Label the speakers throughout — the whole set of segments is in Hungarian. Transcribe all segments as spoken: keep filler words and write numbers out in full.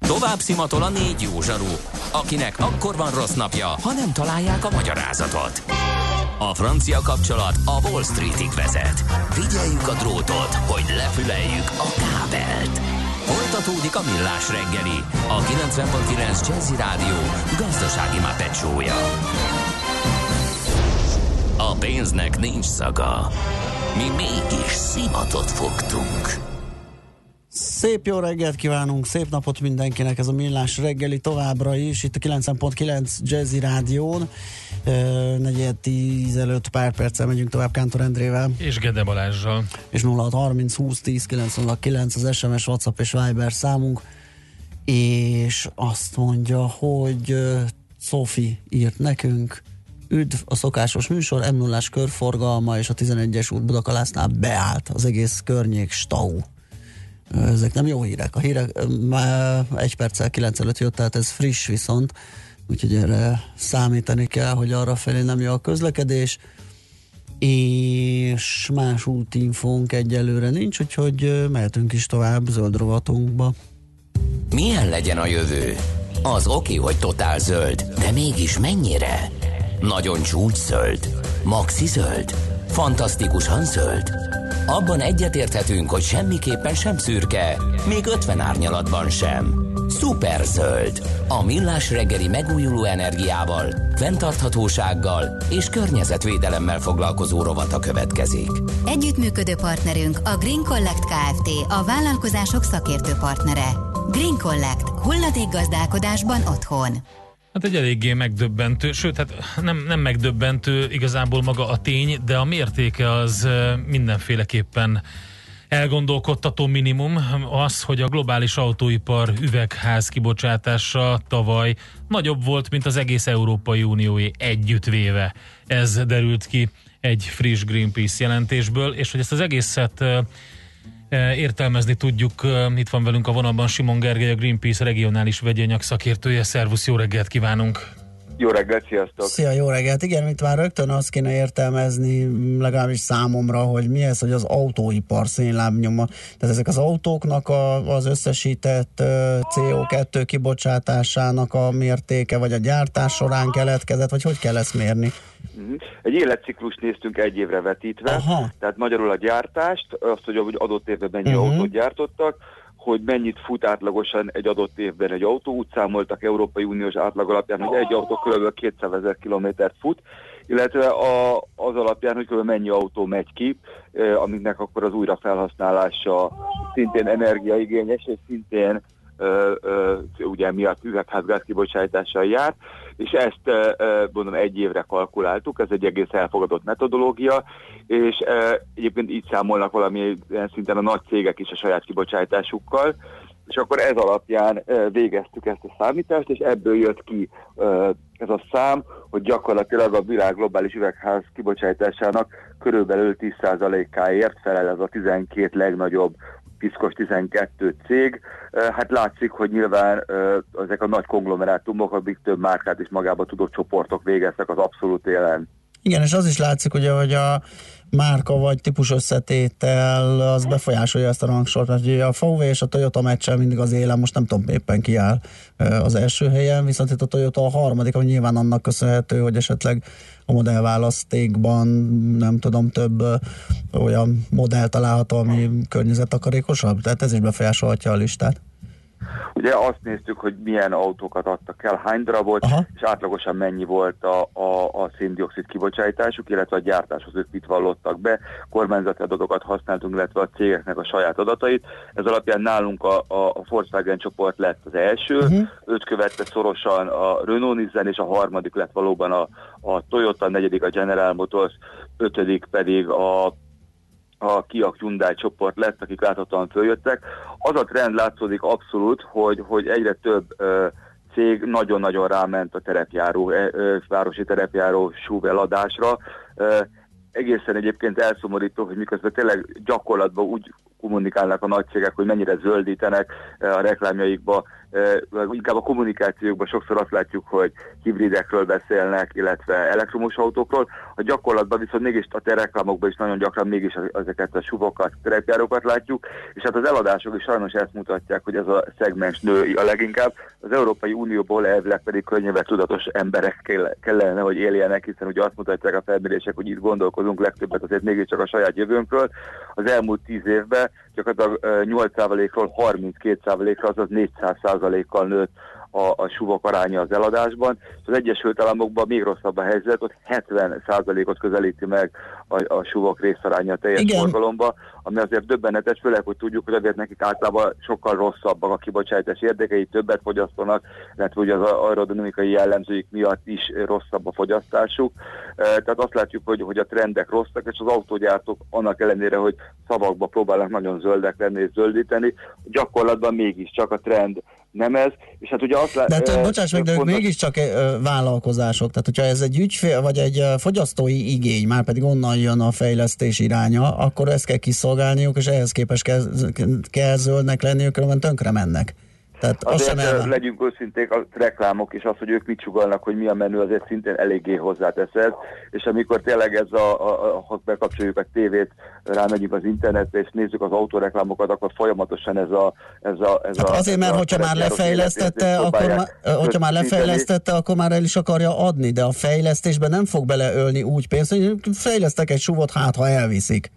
Speaker 1: Tovább szimatol a négy jó zsaru, akinek akkor van rossz napja, ha nem találják a magyarázatot. A francia kapcsolat a Wall Streetig vezet. Figyeljük a drótot, hogy lefüleljük a kábelt. Folytatódik a Millás reggeli, a kilencven pont kilenc Jazzy Rádió gazdasági mápecsója. A pénznek nincs szaga. Mi mégis szimatot fogtunk.
Speaker 2: Szép jó reggelt kívánunk, szép napot mindenkinek, ez a Millás reggeli továbbra is, itt a kilencven pont kilenc Jazzy Rádión, negyed tíz előtt pár perccel megyünk tovább Kántor Endrével.
Speaker 3: És Gede Balázsral.
Speaker 2: És nulla hat harminc húsz tíz kilenc nulla kilenc az es em es, WhatsApp és Viber számunk, és azt mondja, hogy uh, Szófi írt nekünk, üdv, a szokásos műsor, em nullás körforgalma és a tizenegyes út Budakalásznál beállt, az egész környék stau. Ezek nem jó hírek. A hírek már egy perccel kilenc előtt jött, tehát ez friss viszont, úgyhogy erre számítani kell, hogy arra felé nem jó a közlekedés, és más útinfónk egyelőre nincs, úgyhogy mehetünk is tovább zöld rovatunkba.
Speaker 1: Milyen legyen a jövő? Az oké, hogy totál zöld, de mégis mennyire? Nagyon csúcs zöld? Maxi zöld? Fantasztikusan zöld? Abban egyetérthetünk, hogy semmiképpen sem szürke, még ötven árnyalatban sem. Szuper zöld. A Millás reggeli megújuló energiával, fenntarthatósággal és környezetvédelemmel foglalkozó rovata következik.
Speaker 4: Együttműködő partnerünk a Green Collect Kft., a vállalkozások szakértő partnere. Green Collect. Hulladékgazdálkodásban otthon.
Speaker 3: Hát egy eléggé megdöbbentő, sőt, hát nem, nem megdöbbentő igazából maga a tény, de a mértéke az mindenféleképpen elgondolkodtató minimum. Az, hogy a globális autóipar üvegház kibocsátása tavaly nagyobb volt, mint az egész Európai Unióé együttvéve. Ez derült ki egy friss Greenpeace jelentésből, és hogy ezt az egészet értelmezni tudjuk. Itt van velünk a vonalban Simon Gergely, a Greenpeace regionális vegyanyag szakértője. Szervusz, jó reggelt kívánunk!
Speaker 5: Jó reggelt, sziasztok!
Speaker 2: Szia, jó reggelt! Igen, itt már rögtön azt kéne értelmezni, legalábbis számomra, hogy mi ez, hogy az autóipar szénlábnyoma. Tehát ezek az autóknak a, az összesített cé o kettő kibocsátásának a mértéke, vagy a gyártás során keletkezett, vagy hogy kell ezt mérni?
Speaker 5: Egy életciklust néztünk egy évre vetítve,
Speaker 2: Aha.
Speaker 5: Tehát magyarul a gyártást, azt, hogy adott évben mennyi
Speaker 2: uh-huh.
Speaker 5: autót gyártottak, hogy mennyit fut átlagosan egy adott évben egy autó. Úgy számoltak Európai Uniós átlag alapján, hogy egy autó kb. kétszázezer kilométert fut, illetve a, az alapján, hogy kb. Mennyi autó megy ki, amiknek akkor az újrafelhasználása szintén energiaigényes, és szintén Ö, ö, ugye miatt üvegházgáz kibocsátással jár, és ezt ö, mondom egy évre kalkuláltuk, ez egy egész elfogadott metodológia, és ö, egyébként így számolnak valamilyen szinten a nagy cégek is a saját kibocsátásukkal, és akkor ez alapján ö, végeztük ezt a számítást, és ebből jött ki ö, ez a szám, hogy gyakorlatilag a világ globális üvegház kibocsátásának körülbelül tíz százalékáért felel ez a tizenkét legnagyobb piszkos tizenkettő cég. Hát látszik, hogy nyilván ezek a nagy konglomerátumok, akik több márkát is magába tudó csoportok végeztek az abszolút élen.
Speaker 2: Igen, és az is látszik, ugye, hogy a márka vagy típus összetétel az befolyásolja ezt a rangsort, mert ugye a ef vé és a Toyota meccsel mindig az élen, most nem tudom, éppen ki áll az első helyen, viszont itt a Toyota a harmadik, ami nyilván annak köszönhető, hogy esetleg a modellválasztékban nem tudom, több olyan modell található, ami környezettakarékosabb, tehát ez is befolyásolhatja a listát.
Speaker 5: Ugye azt néztük, hogy milyen autókat adtak el, hány darabot, Aha. és átlagosan mennyi volt a, a, a szén-dioxid kibocsátásuk, illetve a gyártáshoz ők mit vallottak be, kormányzati adatokat használtunk, illetve a cégeknek a saját adatait. Ez alapján nálunk a, a, a Volkswagen csoport lett az első, uh-huh. őt követte szorosan a Renault Nissan, és a harmadik lett valóban a, a Toyota, a negyedik a General Motors, ötödik pedig a a Kia Hyundai csoport lett, akik láthatóan följöttek. Az a trend látszódik abszolút, hogy, hogy egyre több ö, cég nagyon-nagyon ráment a terepjáró, ö, városi terepjáró es u vé eladásra. Ö, egészen egyébként elszomorító, hogy miközben tényleg gyakorlatban úgy kommunikálnak a nagy cégek, hogy mennyire zöldítenek a reklámjaikba, inkább a kommunikációkban sokszor azt látjuk, hogy hibridekről beszélnek, illetve elektromos autókról. A gyakorlatban viszont mégis a reklámokban is nagyon gyakran mégis ezeket a suvokat, terepjárókat látjuk, és hát az eladások is sajnos ezt mutatják, hogy ez a szegmens nő a leginkább. Az Európai Unióból elvileg pedig könnyebben tudatos emberek kellene, hogy éljenek, hiszen ugye azt mutatják a felmérések, hogy itt gondolkozunk legtöbbet azért mégiscsak a saját jövőnkről. Az elmúlt tíz évben gyakorlatilag nyolc százalékról harminckét százalékra, azaz négyszáz százalékkal nőtt a, a suvok aránya az eladásban. Az Egyesült Államokban még rosszabb a helyzet, ott hetven százalékot közelíti meg a, a suvok részaránya a teljes forgalomba, ami azért döbbenetes, főleg, hogy tudjuk, hogy azért nekik általában sokkal rosszabbak a kibocsátás érdekei, többet fogyasztanak, illetve ugye az aerodinamikai jellemzőik miatt is rosszabb a fogyasztásuk. Tehát azt látjuk, hogy, hogy a trendek rosszak, és az autógyártók annak ellenére, hogy szavakba próbálnak nagyon zöldek lenni és zöldíteni, gyakorlatban mégiscsak a trend nem ez, és hát ugye azt lá-
Speaker 2: De hát,
Speaker 5: e,
Speaker 2: bocsáss meg, de ők
Speaker 5: fontos...
Speaker 2: mégiscsak e, vállalkozások, tehát hogyha ez egy ügyfél, vagy egy fogyasztói igény, már pedig onnan jön a fejlesztés iránya, akkor ezt kell kiszolgálniuk, és ehhez képest kell, kell zöldnek lenniük, különben tönkre mennek. Tehát
Speaker 5: azért
Speaker 2: elve...
Speaker 5: legyünk őszinték, a reklámok és az, hogy ők mit sugalnak, hogy mi a menü, azért szintén eléggé hozzáteszed, és amikor tényleg ez a, a, a ha bekapcsoljuk a tévét, rámegyünk az internetre és nézzük az autóreklámokat, akkor folyamatosan ez a... Ez a, ez
Speaker 2: hát
Speaker 5: a
Speaker 2: azért, mert
Speaker 5: a
Speaker 2: hogyha már lefejlesztette, akkor már, hogyha már lefejlesztette, akkor már el is akarja adni, de a fejlesztésben nem fog beleölni úgy pénzt, hogy fejlesztek egy suvot, hát ha elviszik.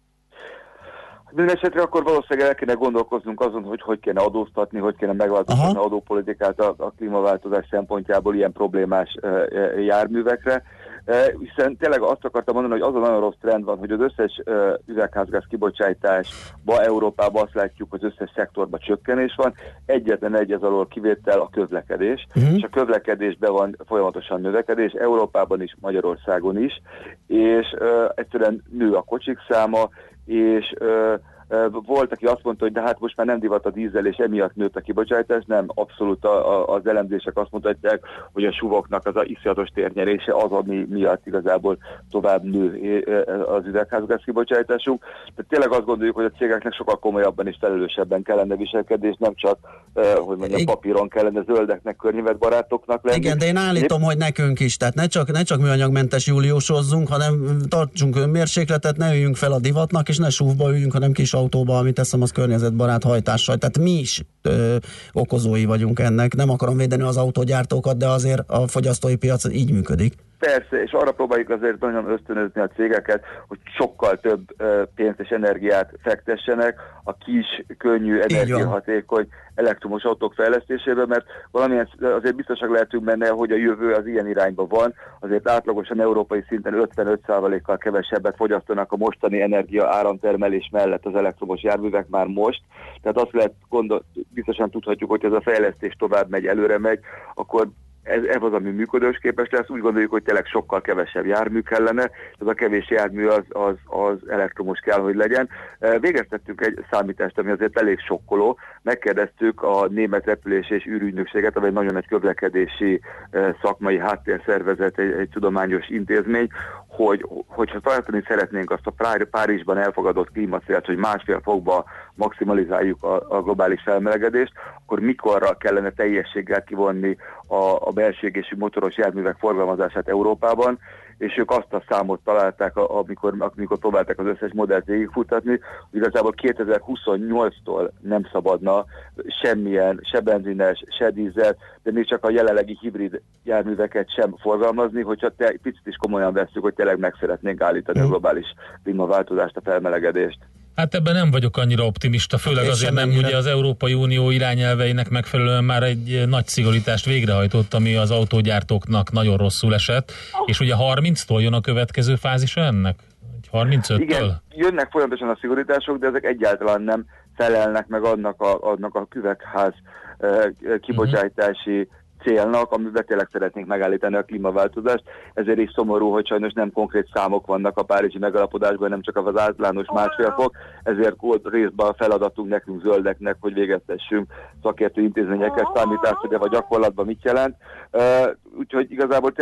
Speaker 5: Minden esetre akkor valószínűleg el kéne gondolkoznunk azon, hogy hogy kéne adóztatni, hogy kéne megváltoztatni az adópolitikát a, a klímaváltozás szempontjából ilyen problémás e, e, járművekre. E, hiszen tényleg azt akartam mondani, hogy az a nagyon rossz trend van, hogy az összes e, üvegházgáz kibocsátásba Európában azt látjuk, hogy az összes szektorban csökkenés van. Egyetlen egy ez alól kivétel a közlekedés, uh-huh. és a közlekedésben van folyamatosan növekedés, Európában is, Magyarországon is, és e, egyszerűen nő a kocsik száma, és ö, ö, volt, aki azt mondta, hogy de hát most már nem divat a dízel, és emiatt nőtt a kibocsátás, nem, abszolút a, a, az elemzések azt mutatják, hogy a suvoknak az a iszonyatos térnyerése az, ami miatt igazából tovább nő az üvegházgáz kibocsátásunk. Tehát tényleg azt gondoljuk, hogy a cégeknek sokkal komolyabban és felelősebben kellene viselkedni, és nem csak, ö, hogy mondjam, papíron kellene zöldeknek, környezetbarátoknak lenni.
Speaker 2: Igen, de én állítom, Épp... hogy nekünk is, tehát ne csak, ne csak műanyagmentes júliusozzunk, hanem tartsunk önmérsékletet, ne üljünk fel a divatnak, és ne súvba üljünk, hanem kis autóba, amit teszem, az környezetbarát hajtással. Tehát mi is ö, okozói vagyunk ennek. Nem akarom védeni az autógyártókat, de azért a fogyasztói piac így működik.
Speaker 5: Persze, és arra próbáljuk azért nagyon ösztönözni a cégeket, hogy sokkal több uh, pénzt és energiát fektessenek a kis, könnyű, energiahatékony elektromos autók fejlesztésébe, mert valamilyen azért biztosak lehetünk benne, hogy a jövő az ilyen irányba van, azért átlagosan európai szinten ötvenöt százalékkal kevesebbet fogyasztanak a mostani energia áramtermelés mellett az elektromos járművek már most, tehát azt lehet gondol, biztosan tudhatjuk, hogy ez a fejlesztés tovább megy, előre megy, akkor Ez, ez az, ami működősképes lesz. Úgy gondoljuk, hogy tényleg sokkal kevesebb jármű kellene, ez a kevés jármű az, az, az elektromos kell, hogy legyen. Végeztettünk egy számítást, ami azért elég sokkoló. Megkérdeztük a Német Repülés és űrügynökséget, amely nagyon egy közlekedési szakmai háttérszervezet, egy, egy tudományos intézmény, hogy, hogyha tartani szeretnénk azt a Párizsban elfogadott klímacélt, hogy másfél fokba maximalizáljuk a, a globális felmelegedést, akkor mikorra kellene teljességgel kivonni a, a belső égésű motoros járművek forgalmazását Európában, és ők azt a számot találták, amikor, amikor próbálták az összes modellt végigfutatni, hogy igazából kétezer-huszonnyolctól nem szabadna semmilyen, se benzines, se dízel, de még csak a jelenlegi hibrid járműveket sem forgalmazni, hogyha te, picit is komolyan vesszük, hogy tényleg meg szeretnénk állítani a globális klímaváltozást, a felmelegedést.
Speaker 3: Hát ebben nem vagyok annyira optimista, főleg azért nem, ugye az Európai Unió irányelveinek megfelelően már egy nagy szigorítást végrehajtott, ami az autógyártóknak nagyon rosszul esett, és ugye harminctól jön a következő fázisa ennek? harmincöttől?
Speaker 5: Igen, jönnek folyamatosan a szigorítások, de ezek egyáltalán nem felelnek meg annak a, annak a üvegház uh, kibocsátási uh-huh. célnak, amiben tényleg szeretnénk megállítani a klímaváltozást. Ezért is szomorú, hogy sajnos nem konkrét számok vannak a párizsi megállapodásban, nem csak az általános másfél fok, ezért volt részben a feladatunk nekünk zöldeknek, hogy végeztessünk szakértő intézményekkel számítást, hogy a gyakorlatban mit jelent. Uh, úgyhogy igazából tényleg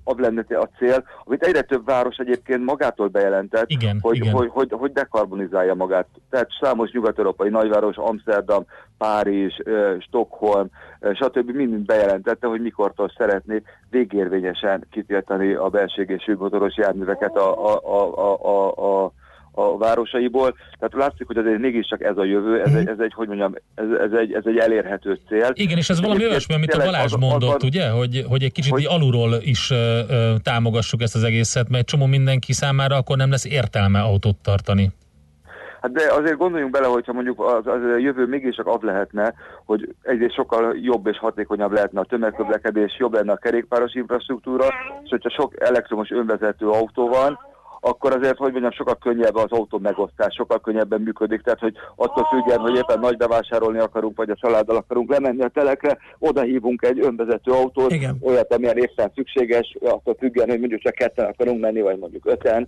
Speaker 5: az lenne a cél, amit egyre több város egyébként magától bejelentett,
Speaker 3: igen,
Speaker 5: hogy,
Speaker 3: igen.
Speaker 5: Hogy, hogy, hogy dekarbonizálja magát. Tehát számos nyugat-európai nagyváros, Amsterdam, Párizs, Stockholm, stb. Mind bejelentette, hogy mikortól szeretné végérvényesen kitiltani a belső égésű motoros járműveket a, a, a, a, a a városaiból. Tehát látszik, hogy azért mégiscsak ez a jövő, ez, egy, ez egy, hogy mondjam, ez, ez, egy, ez egy elérhető cél.
Speaker 3: Igen, és ez valami olyasmi, amit a Balázs mondott, az, ugye? Hogy, hogy egy kicsit hogy, alulról is uh, támogassuk ezt az egészet, mert csomó mindenki számára akkor nem lesz értelme autót tartani.
Speaker 5: Hát de azért gondoljunk bele, hogyha mondjuk az, az a jövő mégiscsak az lehetne, hogy egyrészt sokkal jobb és hatékonyabb lehetne a tömegközlekedés, jobb lenne a kerékpáros infrastruktúra, és hogyha sok elektromos önvezető autó van, akkor azért, hogy mondjam, sokkal könnyebb az autó megosztás, sokkal könnyebben működik, tehát hogy attól függően, hogy éppen nagy bevásárolni akarunk, vagy a családdal akarunk lemenni a telekre, oda hívunk egy önvezető autót, igen, olyat, amilyen éppen szükséges, attól függően, hogy mondjuk csak ketten akarunk menni, vagy mondjuk öten,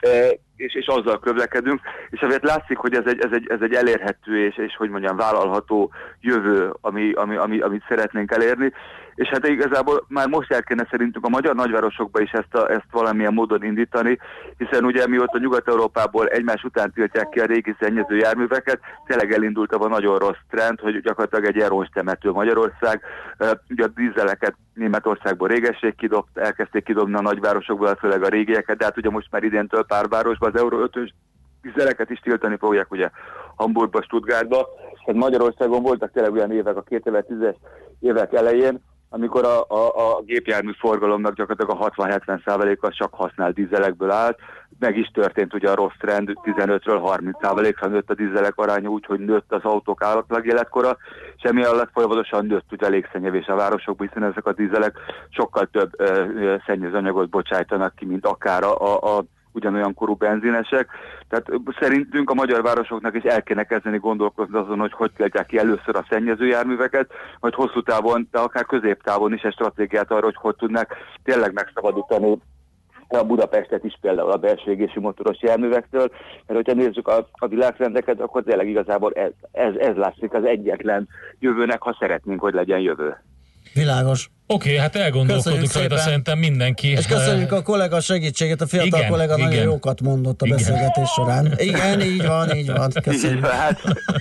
Speaker 5: és, és azzal közlekedünk, és azért látszik, hogy ez egy, ez egy, ez egy elérhető és, és hogy mondjam, vállalható jövő, ami, ami, ami, amit szeretnénk elérni, és hát igazából már most el kéne szerintünk a magyar nagyvárosokba is ezt, a, ezt valamilyen módon indítani, hiszen ugye mióta Nyugat-Európából egymás után tiltják ki a régi szennyező járműveket, tényleg elindult a nagyon rossz trend, hogy gyakorlatilag egy ilyen rongytemető Magyarország. Ugye a dízeleket Németországból régesség kidobt, elkezdték kidobni a nagyvárosokból, főleg a régieket, de hát ugye most már idéntől pár városban az Euró ötös dízeleket is tiltani fogják, ugye Hamburgba, Stuttgartba. Hát Magyarországon voltak tényleg olyan évek a kétezer-tízes évek elején, amikor a, a, a gépjármű forgalomnak gyakorlatilag a hatvan-hetven százaléka csak használt dízelekből állt. Meg is történt ugye a rossz trend, tizenötről harminc százalékra nőtt a dízelek aránya, úgyhogy nőtt az autók átlag életkora, és emiatt folyamatosan nőtt ugye a légszennyezés a városokban, hiszen ezek a dízelek sokkal több ö, ö, szennyezőanyagot bocsájtanak ki, mint akár a, a ugyanolyan korú benzinesek. Tehát szerintünk a magyar városoknak is el kéne kezdeni gondolkozni azon, hogy hogy tiltják ki először a szennyezőjárműveket, vagy hosszú távon, de akár középtávon is egy stratégiát arra, hogy hogy tudnak tényleg megszabadítani a Budapestet is például a belső égésű motoros járművektől, mert hogyha nézzük a, a világrendeket, akkor tényleg igazából ez, ez, ez látszik az egyetlen jövőnek, ha szeretnénk, hogy legyen jövő.
Speaker 2: Világos.
Speaker 3: Oké, okay, hát elgondolkodunk rajta szerintem mindenki.
Speaker 2: És köszönjük a kollega segítséget, a fiatal igen, kollega igen. nagyon jókat mondott a igen. beszélgetés során. Igen, így van, így van. Köszönjük.
Speaker 5: Hát,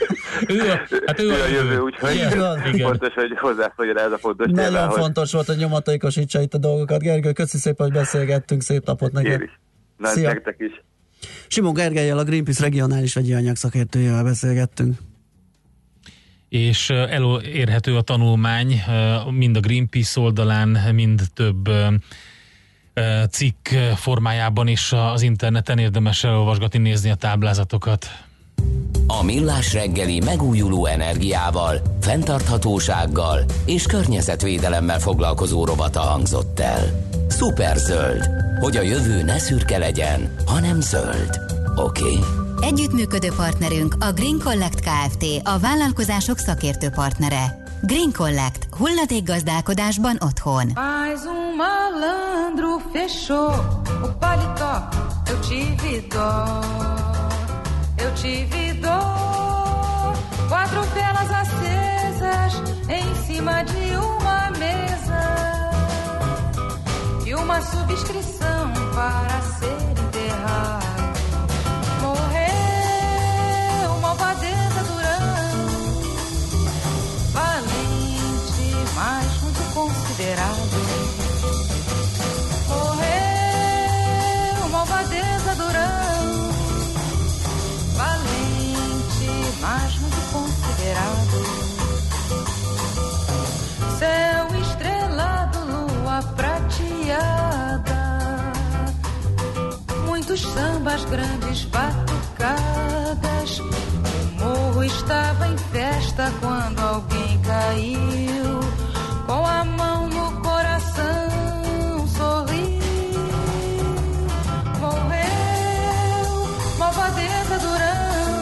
Speaker 3: ő a, hát ő
Speaker 5: ő a jövő, úgyhogy
Speaker 3: igen.
Speaker 5: fontos, hogy hozzáfogjon ez a fontos
Speaker 2: Nagyon
Speaker 5: témához.
Speaker 2: fontos volt, hogy nyomatékosítsa itt a dolgokat. Gergő, köszi szépen, hogy beszélgettünk, szép napot neked.
Speaker 5: Szia. Nektek is.
Speaker 2: Simon Gergellyel, a Greenpeace regionális vegyi anyag szakértőjével beszélgettünk.
Speaker 3: És elérhető a tanulmány mind a Greenpeace oldalán, mind több cikk formájában is az interneten, érdemes elolvasgatni, nézni a táblázatokat.
Speaker 1: A Millás reggeli megújuló energiával, fenntarthatósággal és környezetvédelemmel foglalkozó rovata hangzott el. Szuperzöld, hogy a jövő ne szürke legyen, hanem zöld. Oké? Okay?
Speaker 4: Együttműködő partnerünk a Green Collect Kft., a vállalkozások szakértő partnere. Green Collect. Hulladékgazdálkodásban otthon.
Speaker 6: Mais um malandro fechou o paletó. Eu tive dó. Eu tive dó. Quatro velas acesas em cima de uma mesa e uma subscrição para ser enterrado. Mas muito considerado. Morreu malvadeza Durão, valente, mas muito considerado. Céu estrelado, lua prateada, muitos sambas, grandes batucadas. O morro estava em festa quando alguém caiu. Com a mão no coração, sorriu. Morreu, malvadeza Durão.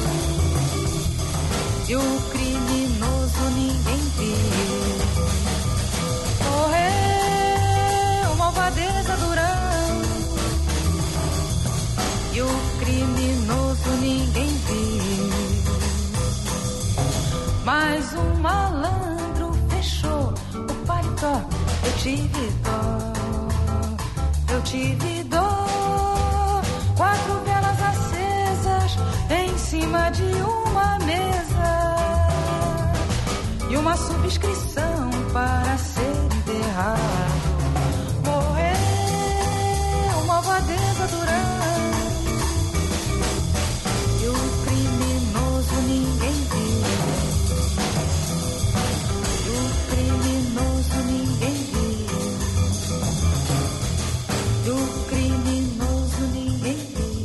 Speaker 6: E o criminoso ninguém viu. Morreu, malvadeza Durão. E o criminoso ninguém viu. Mais um malandro fechou o paletó, eu tive dó. inscrição para ser enterrado. Morreu malvadeza durar. E o criminoso ninguém viu. E o criminoso ninguém viu. E o criminoso ninguém viu.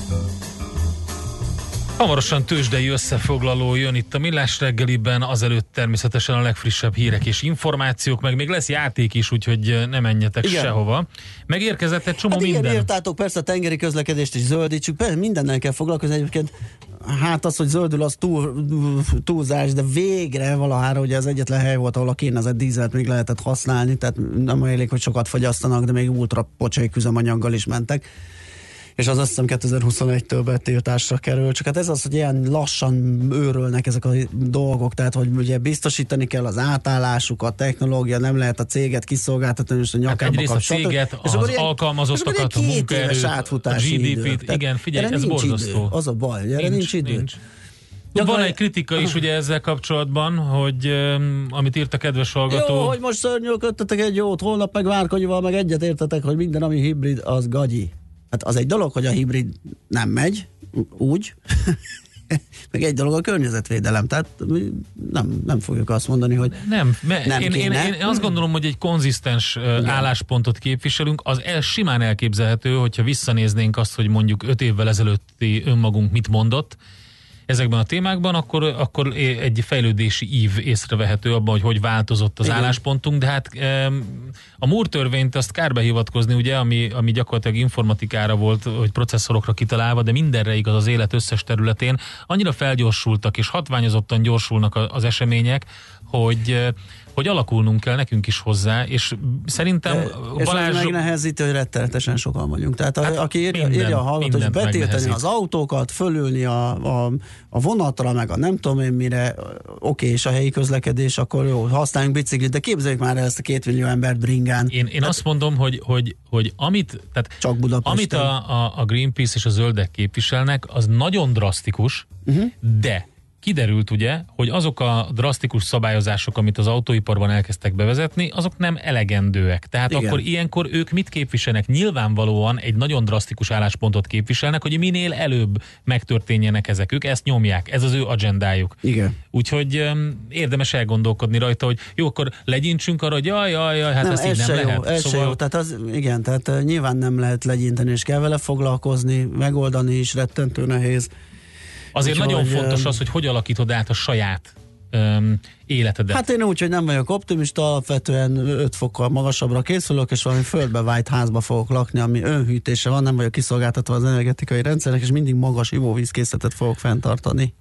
Speaker 3: Hamarosan tőzsdei összefoglaló jön itt a Millás reggeliben, azelőtt természetesen a legfrissebb hírek és információk, meg még lesz játék is, úgyhogy ne menjetek igen. sehova. Megérkezett egy csomó
Speaker 2: hát
Speaker 3: minden.
Speaker 2: Igen, írtátok, persze a tengeri közlekedést is zöldítsük, persze mindennel kell foglalkozni egyébként. Hát az, hogy zöldül, az túl, túlzás, de végre valahára ugye az egyetlen hely volt, ahol a kénezett dízelt még lehetett használni, tehát nem elég, hogy sokat fogyasztanak, de még ultra pocsék üzemanyaggal is mentek. És az azt hiszem kétezer-huszonegytől betiltásra kerül. Csak hát ez az, hogy ilyen lassan őrölnek ezek a dolgok, tehát hogy ugye biztosítani kell az átállásukat, a technológia, nem lehet a céget kiszolgáltatni, és a nyakába
Speaker 3: hát egyrészt
Speaker 2: kapcsolat.
Speaker 3: a céget, az
Speaker 2: ilyen,
Speaker 3: alkalmazottakat, a munkaerőt, a gé dé pét, igen, figyelj, ez borzasztó.
Speaker 2: Idő. Az a baj, erre nincs, nincs idő. Nincs.
Speaker 3: Ja, van egy kritika is ugye ezzel kapcsolatban, hogy um, amit írt a kedves hallgató.
Speaker 2: Jó, hogy most szörnyűködtetek egy jót, holnap meg Várkonyival meg egyet értetek, hogy minden, ami hibrid, az gagyi. Hát az egy dolog, hogy a hibrid nem megy, úgy, meg egy dolog a környezetvédelem, tehát nem, nem fogjuk azt mondani, hogy
Speaker 3: nem, me,
Speaker 2: nem
Speaker 3: én,
Speaker 2: kéne.
Speaker 3: Én, én azt gondolom, hogy egy konzisztens Igen. álláspontot képviselünk, az el, simán elképzelhető, hogyha visszanéznénk azt, hogy mondjuk öt évvel ezelőtti önmagunk mit mondott ezekben a témákban, akkor, akkor egy fejlődési ív észrevehető abban, hogy hogy változott az Igen. álláspontunk, de hát a Moore törvényt azt kár behivatkozni, ugye, ami, ami gyakorlatilag informatikára volt, hogy processzorokra kitalálva, de mindenre igaz az élet összes területén. Annyira felgyorsultak és hatványozottan gyorsulnak az események, hogy hogy alakulnunk kell nekünk is hozzá, és szerintem
Speaker 2: de,
Speaker 3: Balázs...
Speaker 2: És ez megnehezíti, hogy rettenetesen sokan vagyunk. Tehát hát aki írja, minden, írja a hallgató, hogy betiltani az autókat, fölülni a, a, a vonatra, meg a nem tudom én mire, oké, és a helyi közlekedés, akkor jó, használjunk biciklit, de képzeljük már el ezt a két millió embert bringán.
Speaker 3: Én, én
Speaker 2: tehát,
Speaker 3: azt mondom, hogy, hogy, hogy amit, tehát
Speaker 2: csak
Speaker 3: amit a, a, a Greenpeace és a zöldek képviselnek, az nagyon drasztikus, uh-huh. de kiderült ugye, hogy azok a drasztikus szabályozások, amit az autóiparban elkezdtek bevezetni, azok nem elegendőek. Tehát Igen. akkor ilyenkor ők mit képviselnek? Nyilvánvalóan egy nagyon drasztikus álláspontot képviselnek, hogy minél előbb megtörténjenek ezek. Ők ezt nyomják. Ez az ő agendájuk.
Speaker 2: Igen.
Speaker 3: Úgyhogy um, érdemes elgondolkodni rajta, hogy jó, akkor legyintsünk arra, hogy jaj, jaj, jaj, hát nem, ezt így nem
Speaker 2: jó,
Speaker 3: lehet.
Speaker 2: Ez szóval... se jó. Tehát az, igen, tehát uh, nyilván nem lehet legyinteni, és kell vele foglalkozni, megoldani is rettentő nehéz.
Speaker 3: Azért úgy, nagyon
Speaker 2: hogy,
Speaker 3: fontos az, hogy hogy alakítod át a saját um, életedet.
Speaker 2: Hát én úgy, hogy nem vagyok optimista, alapvetően öt fokkal magasabbra készülök, és valami földbe vájt házba fogok lakni, ami önhűtése van, nem vagyok kiszolgáltatva az energetikai rendszernek, és mindig magas ivóvízkészletet fogok fenntartani.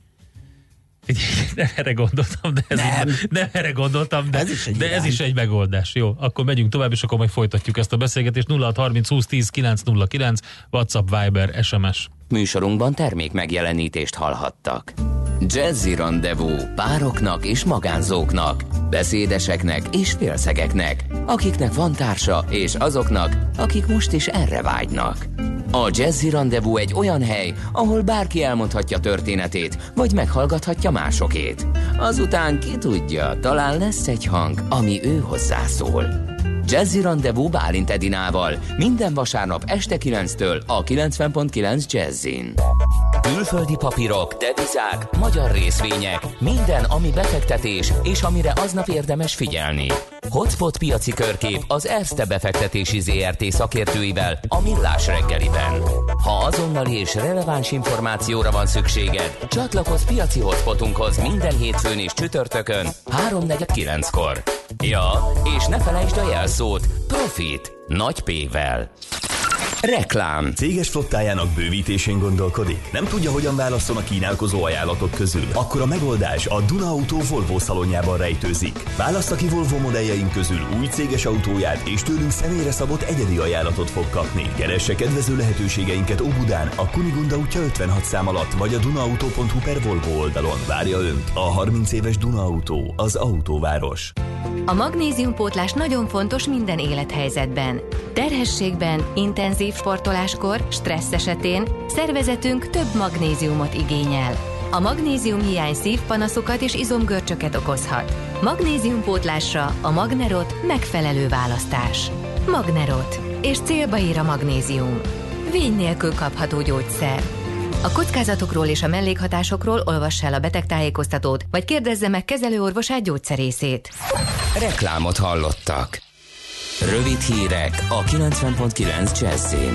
Speaker 3: Nem erre gondoltam, de ez,
Speaker 2: nem.
Speaker 3: Így, nem erre gondoltam, de,
Speaker 2: ez is,
Speaker 3: de ez is egy megoldás. Jó, akkor megyünk tovább, és akkor majd folytatjuk ezt a beszélgetést. nulla hat harminc húsz tíz kilenc nulla kilenc, WhatsApp, Viber, es em es.
Speaker 1: Műsorunkban termék megjelenítést hallhattak. Jazzy Rendezvous pároknak és magánzóknak, beszédeseknek és félszegeknek, akiknek van társa, és azoknak, akik most is erre vágynak. A Jazzy Rendezvous egy olyan hely, ahol bárki elmondhatja történetét, vagy meghallgathatja másokét. Azután ki tudja, talán lesz egy hang, ami ő hozzászól. Jazzy Rendezvous Bálint Edinával minden vasárnap este kilenctől a kilencven pont kilenc Jazzin. Külföldi papírok, devizák, magyar részvények, minden, ami befektetés és amire aznap érdemes figyelni. Hotspot piaci körkép az Erste befektetési zé er té szakértőivel a Millás reggeliben. Ha azonnali és releváns információra van szükséged, csatlakozz piaci hotspotunkhoz minden hétfőn és csütörtökön három negyvenkilenckor. Ja, és ne felejtsd a jelszót Profit nagy P-vel. Reklám.
Speaker 7: Céges flottájának bővítésén gondolkodik? Nem tudja, hogyan válasszon a kínálkozó ajánlatok közül? Akkor a megoldás a Duna Auto Volvo szalonjában rejtőzik. Válassza ki Volvo modelljeink közül új céges autóját, és tőlünk személyre szabott egyedi ajánlatot fog kapni. Keresse kedvező lehetőségeinket Óbudán, a Kunigunda útja ötvenhat szám alatt, vagy a dunaauto pont hu per Volvo oldalon. Várja Önt a harminc éves Duna Auto, az autóváros.
Speaker 4: A magnéziumpótlás nagyon fontos minden élethelyzetben. Terhességben, intenzív sportoláskor, stressz esetén szervezetünk több magnéziumot igényel.
Speaker 8: A magnézium hiány szívpanaszokat és izomgörcsöket okozhat. Magnéziumpótlásra a Magnerot megfelelő választás. Magnerot. És célba ér a magnézium. Vény nélkül kapható gyógyszer. A kockázatokról és a mellékhatásokról olvass el a betegtájékoztatót, vagy kérdezze meg kezelőorvosát, gyógyszerészét.
Speaker 1: Reklámot hallottak. Rövid hírek a kilencven pont kilenc Jazzin.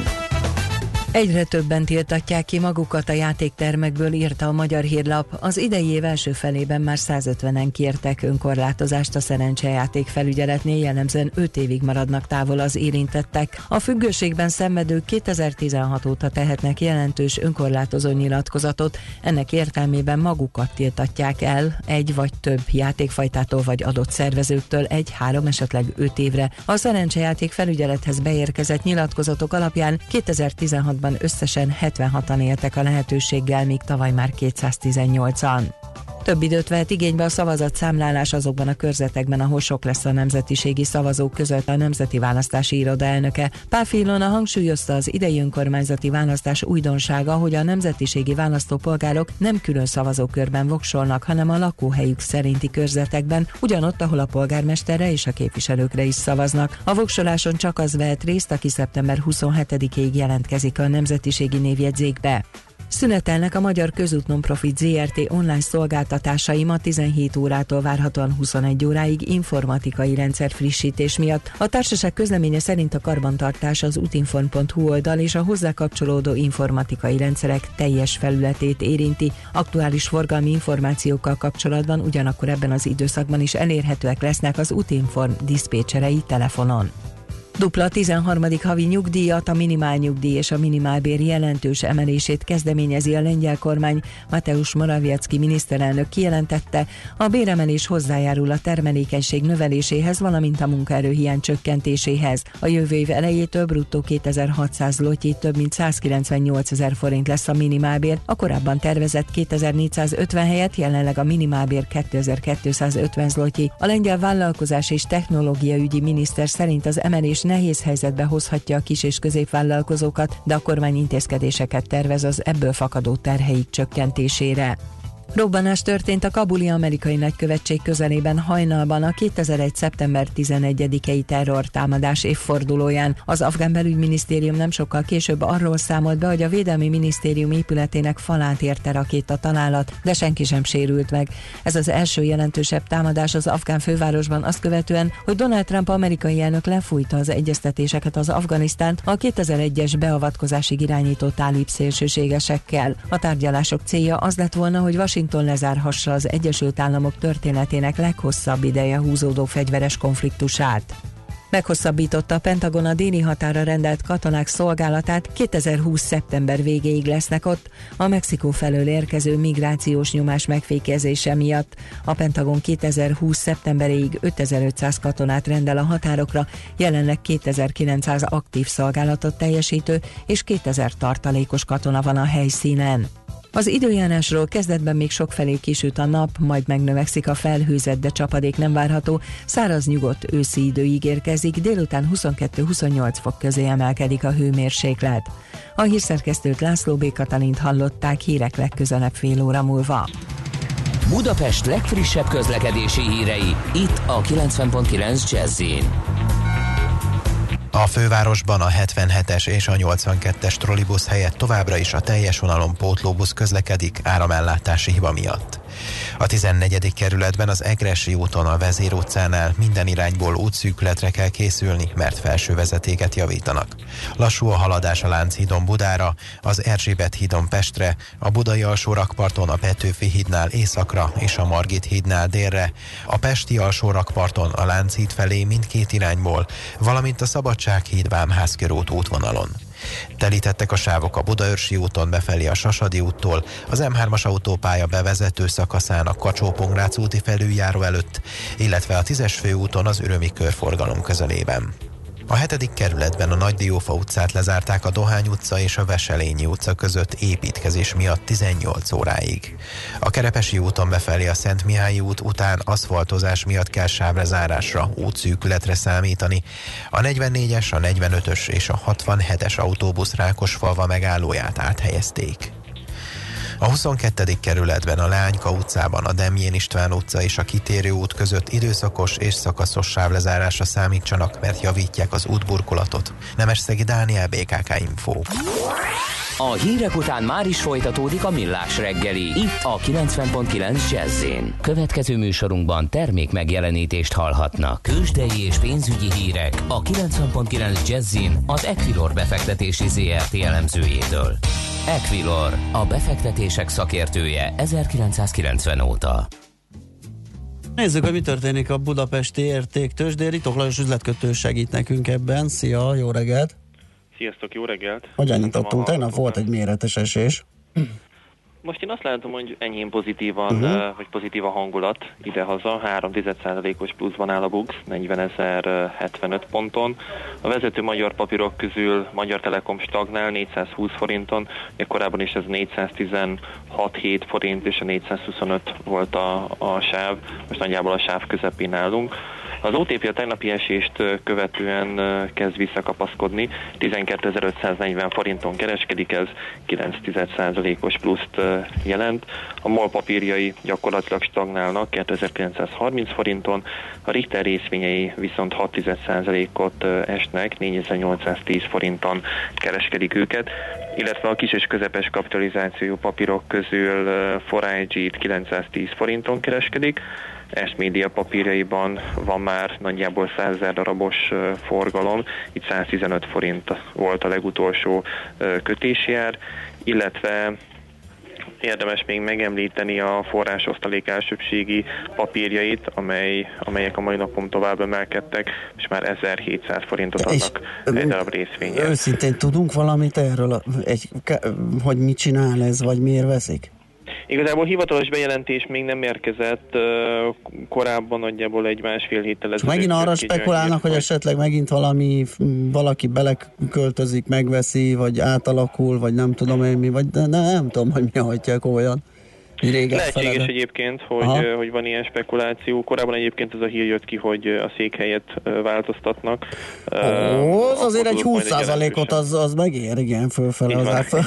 Speaker 9: Egyre többen tiltatják ki magukat a játéktermekből, írta a Magyar Hírlap. Az idei év első felében már százötvenen kértek önkorlátozást a szerencsejáték felügyeletnél, jellemzően öt évig maradnak távol az érintettek. A függőségben szenvedők kétezer-tizenhat óta tehetnek jelentős önkorlátozó nyilatkozatot, ennek értelmében magukat tiltatják el egy vagy több játékfajtától vagy adott szervezőktől egy, három, esetleg öt évre. A szerencsejáték felügyelethez beérkezett nyilatkozatok alapján kétezer-tizenhatban összesen hetvenhatan éltek a lehetőséggel, míg tavaly már kétszáztizennyolcan. Több időt vehet igénybe a szavazatszámlálás azokban a körzetekben, ahol sok lesz a nemzetiségi szavazók között, a Nemzeti Választási Iroda elnöke. Pál Ilona hangsúlyozta, az idei önkormányzati választás újdonsága, hogy a nemzetiségi választópolgárok nem külön szavazókörben voksolnak, hanem a lakóhelyük szerinti körzetekben, ugyanott, ahol a polgármesterre és a képviselőkre is szavaznak. A voksoláson csak az vehet részt, aki szeptember huszonhetedikéig jelentkezik a nemzetiségi névjegyzékbe. Szünetelnek a Magyar Közút Non-Profit zé er té online szolgáltatásai ma tizenhét órától várhatóan huszonegy óráig informatikai rendszer frissítés miatt. A társaság közleménye szerint a karbantartás az utinform pont hu oldal és a hozzá kapcsolódó informatikai rendszerek teljes felületét érinti. Aktuális forgalmi információkkal kapcsolatban ugyanakkor ebben az időszakban is elérhetőek lesznek az Utinform diszpécserei telefonon. Dupla tizenharmadik havi nyugdíjat, a minimálnyugdíj és a minimálbér jelentős emelését kezdeményezi a lengyel kormány. Mateusz Morawiecki miniszterelnök kijelentette, a béremelés hozzájárul a termelékenység növeléséhez, valamint a munkaerőhiány csökkentéséhez. A jövő év elejétől bruttó kétezer-hatszáz zloty, több mint százkilencvennyolcezer forint lesz a minimálbér, a korábban tervezett kétezer-négyszázötven helyett jelenleg a minimálbér kétezer-kétszázötven zloty. A lengyel vállalkozás és technológiaügyi miniszter szerint az emelés nehéz helyzetbe hozhatja a kis- és középvállalkozókat, de a kormány intézkedéseket tervez az ebből fakadó terheik csökkentésére. Robbanás történt a kabuli amerikai nagykövetség közelében hajnalban a kétezer-egy. szeptember tizenegyedikei terrortámadás évfordulóján. Az afgán belügyminisztérium nem sokkal később arról számolt be, hogy a Védelmi Minisztérium épületének falát érte rakétatalálat, de senki sem sérült meg. Ez az első jelentősebb támadás az afgán fővárosban azt követően, hogy Donald Trump amerikai elnök lefújta az egyeztetéseket az Afganisztánt a kétezer-egyes beavatkozásig irányító tálib szélsőségesekkel. A tárgyalások célja az lett volna, hogy Washington lezárhassa az Egyesült Államok történetének leghosszabb ideje húzódó fegyveres konfliktusát. Meghosszabbította a Pentagon a déli határa rendelt katonák szolgálatát, kétezer-húsz. szeptember végéig lesznek ott, a Mexikó felől érkező migrációs nyomás megfékezése miatt. A Pentagon kétezer-húsz. szeptemberéig ötezer-ötszáz katonát rendel a határokra, jelenleg kétezer-kilencszáz aktív szolgálatot teljesítő és kétezer tartalékos katona van a helyszínen. Az időjárásról: kezdetben még sokfelé kisüt a nap, majd megnövekszik a felhőzet, de csapadék nem várható, száraz nyugodt őszi idő ígérkezik, délután huszonkettő-huszonnyolc fok közé emelkedik a hőmérséklet. A hírszerkesztőt, László B. Katalint hallották, hírek legközelebb fél óra múlva.
Speaker 1: Budapest legfrissebb közlekedési hírei, itt a kilencven pont kilenc Jazz-in.
Speaker 10: A fővárosban a hetvenhetes és a nyolcvankettes trollibusz helyett továbbra is a teljes vonalon pótlóbusz közlekedik áramellátási hiba miatt. A tizennegyedik kerületben az Egressy úton a Vezér utcánál minden irányból útszűkületre kell készülni, mert felső vezetéket javítanak. Lassú a haladás a Lánchídon Budára, az Erzsébet hídon Pestre, a budai alsórakparton a Petőfi hídnál északra és a Margit hídnál délre, a pesti alsórakparton a Lánchíd felé mindkét irányból, valamint a Szabadsághíd Vámház körút útvonalon. Telítettek a sávok a Budaörsi úton befelé a Sasadi úttól, az em hármas autópálya bevezető szakaszán a Kacsó-Pongrác úti felüljáró előtt, illetve a tízes főúton az Ürömi körforgalom közelében. A hetedik kerületben a Nagy-Diófa utcát lezárták a Dohány utca és a Veselényi utca között építkezés miatt tizennyolc óráig. A Kerepesi úton befelé a Szentmihályi út után aszfaltozás miatt kell sávrezárásra, útszűkületre számítani. A negyvennégyes, a negyvenötös és a hatvanhetes autóbusz Rákosfalva megállóját áthelyezték. A huszonkettedik kerületben a Leányka utcában, a Demjén István utca és a Kitérő út között időszakos és szakaszos sávlezárásra számítsanak, mert javítják az útburkolatot. Nemesszegi Dániel, bé ká ká Info.
Speaker 1: A hírek után már is folytatódik a Millás reggeli, itt a kilencven pont kilenc Jazz-én. Következő műsorunkban termék megjelenítést hallhatnak. Kősdei és pénzügyi hírek a kilencven pont kilenc Jazz-én az Equilor befektetési zé er té elemzőjétől. Equilor, a befektetések szakértője ezerkilencszázkilencven óta.
Speaker 2: Nézzük, hogy mi történik a budapesti értéktőzsdén. Ritok Lajos üzletkötő segít nekünk ebben. Szia, jó reggelt!
Speaker 11: Sziasztok, jó reggelt!
Speaker 2: Hogyan nyitottunk? Tegnap volt egy méretes esés.
Speaker 11: Most én azt látom, hogy enyhén pozitívan,
Speaker 2: uh-huh.
Speaker 11: vagy pozitív a hangulat idehaza. három százalékos pluszban áll a BUX, negyvenezer-hetvenöt ponton. A vezető magyar papírok közül Magyar Telekom stagnál négyszázhúsz forinton, korábban is ez négyszáztizenhat hét forint és a négyszázhuszonöt volt a, a sáv, most nagyjából a sáv közepén állunk. Az o té pé a tegnapi esést követően kezd visszakapaszkodni, tizenkétezer-ötszáznegyven forinton kereskedik, ez kilenc százalékos pluszt jelent. A MOL papírjai gyakorlatilag stagnálnak kétezer-kilencszázharminc forinton, a Richter részvényei viszont hat százalékot esnek, négyezer-nyolcszáztíz forinton kereskedik őket, illetve a kis és közepes kapitalizációjú papírok közül four I G-t kilencszáztíz forinton kereskedik, S-média papírjaiban van már nagyjából százezer darabos forgalom, itt száztizenöt forint volt a legutolsó kötési ár, illetve érdemes még megemlíteni a forrásosztalék elsőbbségi papírjait, amely, amelyek a mai napon tovább emelkedtek, és már ezerhétszáz forintot adnak egy darab részvényen.
Speaker 2: Őszintén tudunk valamit erről, egy, hogy mit csinál ez, vagy miért veszik?
Speaker 11: Igazából hivatalos bejelentés még nem érkezett, korábban nagyjából egy másfél héttel ezelőtt.
Speaker 2: Megint arra spekulálnak, hogy esetleg megint valami, valaki beleköltözik, megveszi, vagy átalakul, vagy nem tudom én mi, vagy de nem tudom, hogy mi hajtják olyan.
Speaker 11: Lehetséges felede. Egyébként, hogy, hogy van ilyen spekuláció. Korábban egyébként ez a hír jött ki, hogy a székhelyet változtatnak.
Speaker 2: Ó, az azért egy húsz százalékot az, az megér, igen, fölfele az átfel.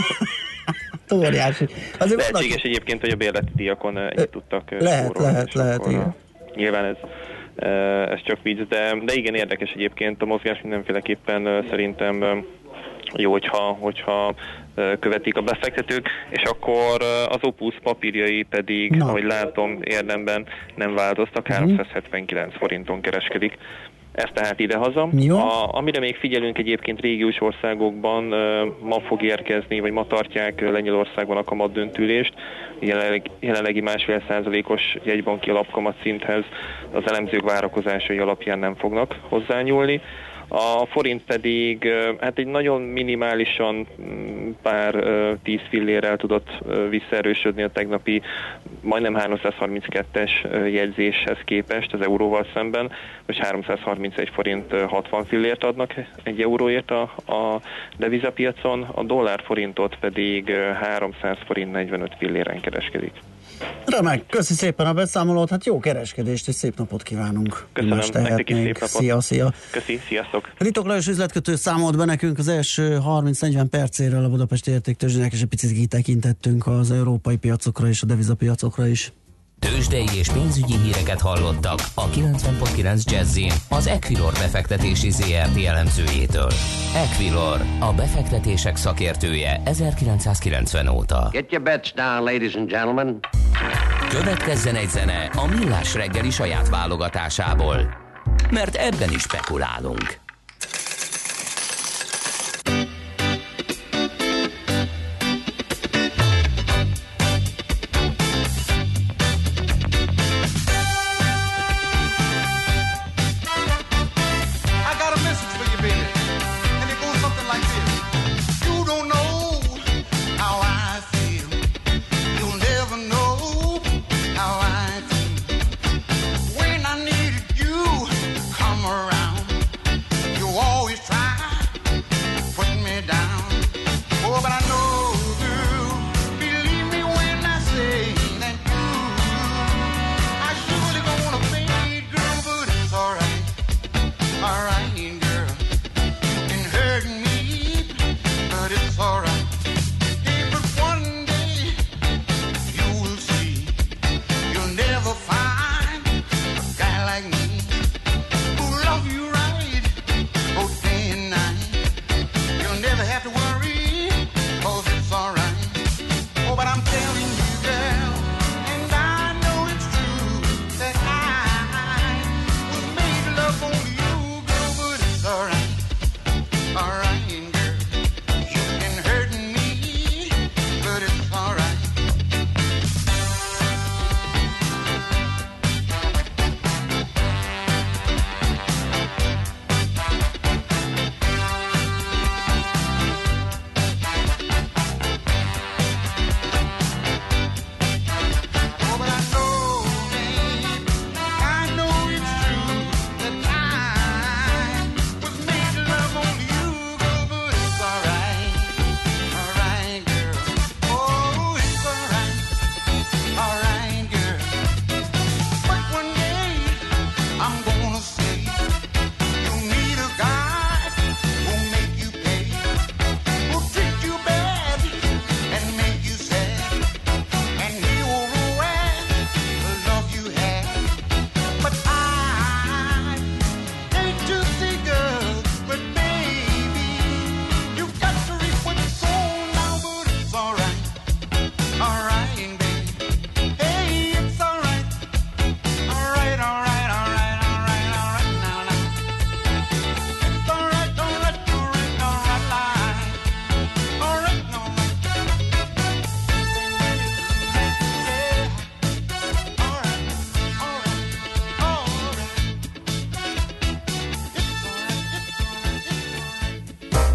Speaker 2: Óriási.
Speaker 11: Azért lehetséges vannak... egyébként, hogy a bérleti díjakon egyet tudtak
Speaker 2: lehet, spórolni, lehet, lehet, igen.
Speaker 11: Nyilván ez, ez csak vicc, de, de igen érdekes egyébként a mozgás mindenféleképpen szerintem jó, hogyha, hogyha követik a befektetők, és akkor az Opus papírjai pedig, Na. ahogy látom, érdemben nem változtak, háromszázhetvenkilenc forinton kereskedik. Ez tehát idehaza. A, amire még figyelünk egyébként régiós országokban, uh, ma fog érkezni, vagy ma tartják Lengyelországban a kamatdöntülést. Jelenleg, jelenlegi másfél százalékos jegybanki alapkamat szinthez az elemzők várakozásai alapján nem fognak hozzányúlni. A forint pedig hát egy nagyon minimálisan pár tíz fillérrel tudott visszaerősödni a tegnapi majdnem háromszázharminckettes jegyzéshez képest az euróval szemben. Most háromszázharmincegy forint hatvan fillért adnak egy euróért a, a devizapiacon, a dollárforintot pedig háromszáz forint negyvenöt filléren kereskedik.
Speaker 2: Remek, köszi szépen a beszámolót, hát jó kereskedést és szép napot kívánunk.
Speaker 11: Köszönöm, nektek is szép napot.
Speaker 2: Szia, szia.
Speaker 11: Köszi, sziasztok.
Speaker 2: Ritok Lajos üzletkötő számolt be nekünk az első harminc-negyven percéről a budapesti értéktőzsdének, és egy picit kitekintettünk az európai piacokra és a devizapiacokra is.
Speaker 1: Tőzsdei és pénzügyi híreket hallottak a kilencven pont kilenc Jazz-in az Equilor befektetési zé er té elemzőjétől. Equilor, a befektetések szakértője ezerkilencszázkilencven óta.
Speaker 12: Get your bets down, ladies and gentlemen.
Speaker 1: Következzen egy zene a Millás reggeli saját válogatásából, mert ebben is spekulálunk.